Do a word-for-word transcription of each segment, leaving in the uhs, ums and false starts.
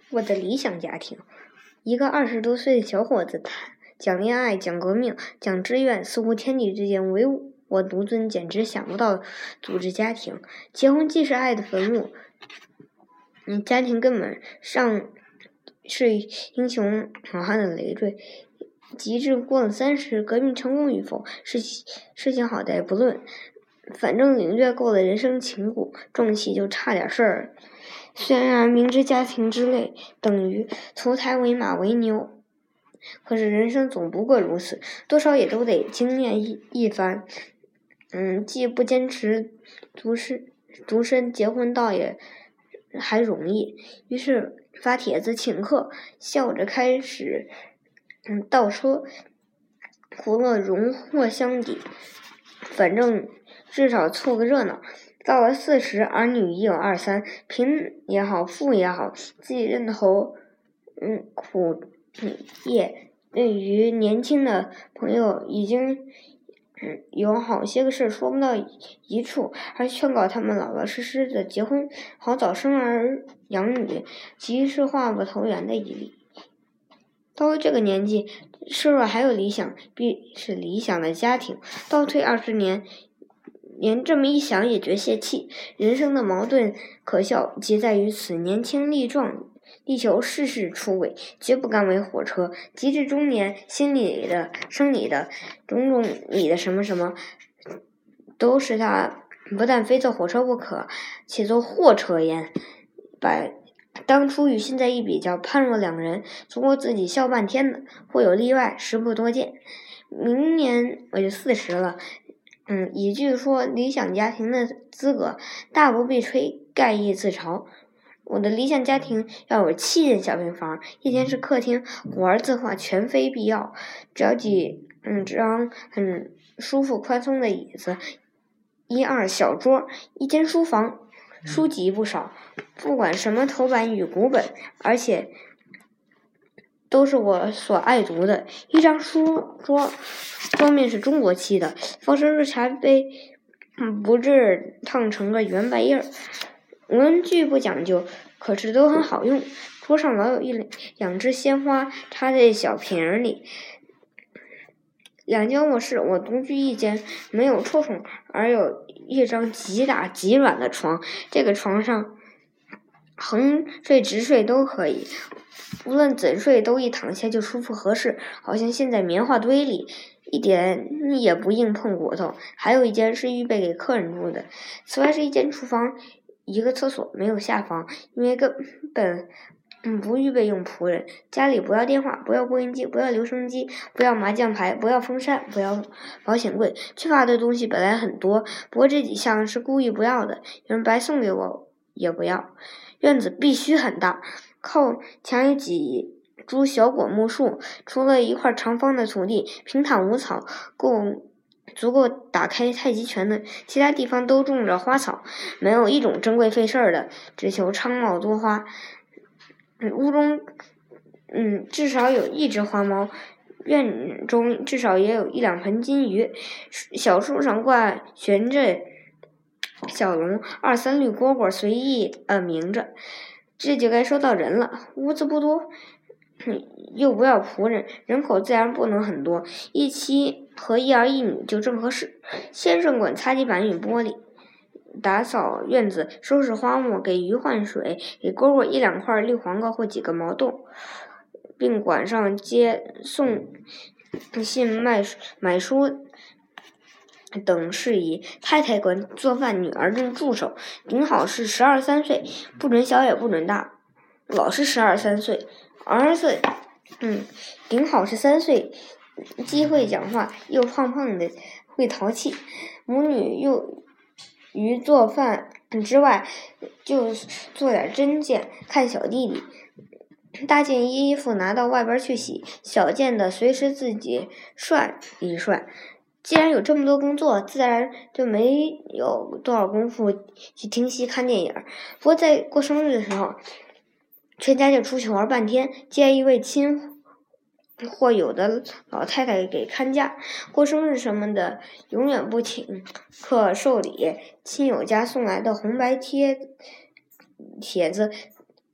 我的理想家庭。一个二十多岁的小伙子谈讲恋爱、讲革命、讲志愿，似乎天地之间唯我独尊，简直想不到组织家庭。结婚既是爱的坟墓，嗯，家庭根本上是英雄好汉的累赘。极致过了三十，革命成功与否，事事情好歹不论，反正领略够了人生情谷，重气就差点事儿。虽然明知家庭之累等于投胎为马为牛，可是人生总不过如此，多少也都得经验一一番。嗯，既不坚持独身独身结婚，倒也还容易。于是发帖子请客，笑着开始嗯倒车，胡乐荣获相抵，反正至少凑个热闹。到了四十，儿女已有二三，贫也好，富也好，自己认头嗯苦业。对于年轻的朋友，已经嗯有好些个事说不到一处，还劝告他们老老实实的结婚，好早生儿养女，即是画不投缘的一例。到了这个年纪，是若还有理想，必是理想的家庭。倒退二十年，连这么一想也觉泄气。人生的矛盾可笑，即在于此：年轻力壮，力求事事出位，绝不甘为火车；及至中年，心理的、生理的、种种理的什么什么，都使他不但非坐火车不可，且坐货车焉。把当初与现在一比较，判若两人，足够自己笑半天的。或有例外，实不多见。明年我就四十了，嗯，以据说理想家庭的资格，大不必吹，盖亦自嘲。我的理想家庭要有七间小平房，一间是客厅，古玩字画全非必要，只要几嗯张很舒服宽松的椅子，一二小桌，一间书房，书籍不少，不管什么头版与古本，而且都是我所爱读的。一张书桌，桌面是中国漆的，放射热茶杯，不致烫成个圆白印儿。文具不讲究，可是都很好用。桌上老有一两只鲜花插在小瓶里。两间卧室，我独居一间，没有抽屉，而有一张极大极软的床。这个床上横睡直睡都可以，无论怎睡都一躺下就舒服合适，好像陷在棉花堆里，一点也不硬碰骨头。还有一间是预备给客人住的，此外是一间厨房，一个厕所，没有下房，因为根本嗯不预备用仆人。家里不要电话，不要播音机，不要留声机，不要麻将牌，不要风扇，不要保险柜。缺乏的东西本来很多，不过这几项是故意不要的，有人白送给我也不要。院子必须很大，靠墙有几株小果木树，除了一块长方的土地，平坦无草，够足够打开太极拳的。其他地方都种着花草，没有一种珍贵费事儿的，只求昌茂多花。嗯，屋中嗯至少有一只花猫，院中至少也有一两盆金鱼，小树上挂悬着小龙，二三绿蝈蝈随意呃鸣着。这就该说到人了。屋子不多，又不要仆人，人口自然不能很多，一妻和一儿一女就正合适。先生管擦地板与玻璃，打扫院子，收拾花木，给鱼换水，给蝈蝈一两块绿黄瓜或几个毛豆，并管上接送信卖买书等事宜。太太管做饭，女儿任助手，顶好是十二三岁，不准小也不准大，老是十二三岁。儿子嗯，顶好是三岁，既会讲话又胖胖的，会淘气。母女又于做饭之外，就做点针线，看小弟弟。大件衣服拿到外边去洗，小件的随时自己涮一涮。既然有这么多工作，自然就没有多少功夫去听戏看电影。不过在过生日的时候，全家就出去玩半天，接一位亲或有的老太太给看家。过生日什么的，永远不请客受礼。亲友家送来的红白贴帖子，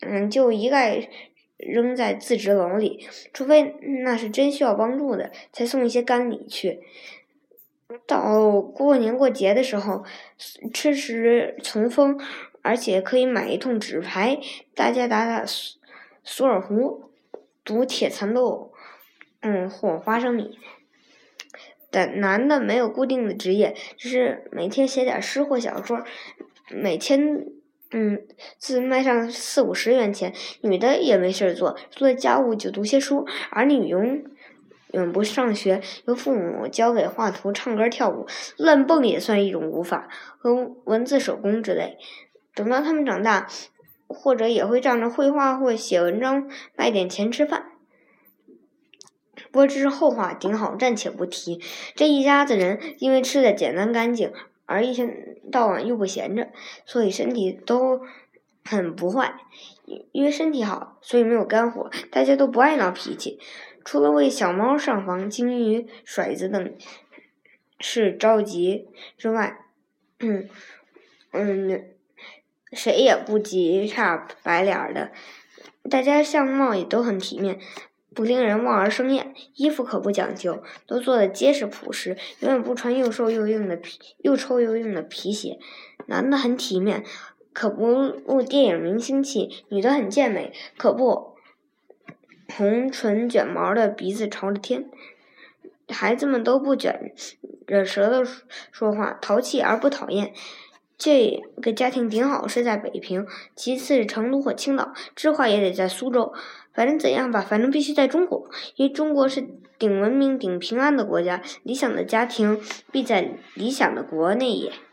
嗯，就一概扔在自职楼里，除非那是真需要帮助的，才送一些干礼去。到过年过节的时候，吃食存丰，而且可以买一通纸牌，大家打打索尔壶，赌铁蚕豆，嗯，或花生米。但男的没有固定的职业，只是每天写点诗或小说，每天嗯字卖上四五十元钱。女的也没事做，除了家务就读些书，儿女永永不上学，由父母教给画图、唱歌、跳舞，乱蹦也算一种舞法和文字手工之类。等到他们长大，或者也会仗着绘画或写文章卖点钱吃饭。不过这是后话，顶好暂且不提。这一家子人因为吃的简单干净，而一天到晚又不闲着，所以身体都很不坏。因为身体好，所以没有肝火，大家都不爱闹脾气。除了为小猫上房、金鱼、骰子等事着急之外，嗯嗯，谁也不急差白脸的。大家相貌也都很体面，不令人望而生厌。衣服可不讲究，都做得结实朴实，永远不穿又瘦又硬的皮又臭又硬的皮鞋。男的很体面，可不误电影明星气；女的很健美，可不红唇卷毛的鼻子朝着天。孩子们都不卷着舌头说话，淘气而不讨厌。这个家庭顶好是在北平，其次是成都或青岛，知话也得在苏州。反正怎样吧，反正必须在中国，因为中国是顶文明顶平安的国家，理想的家庭必在理想的国内也。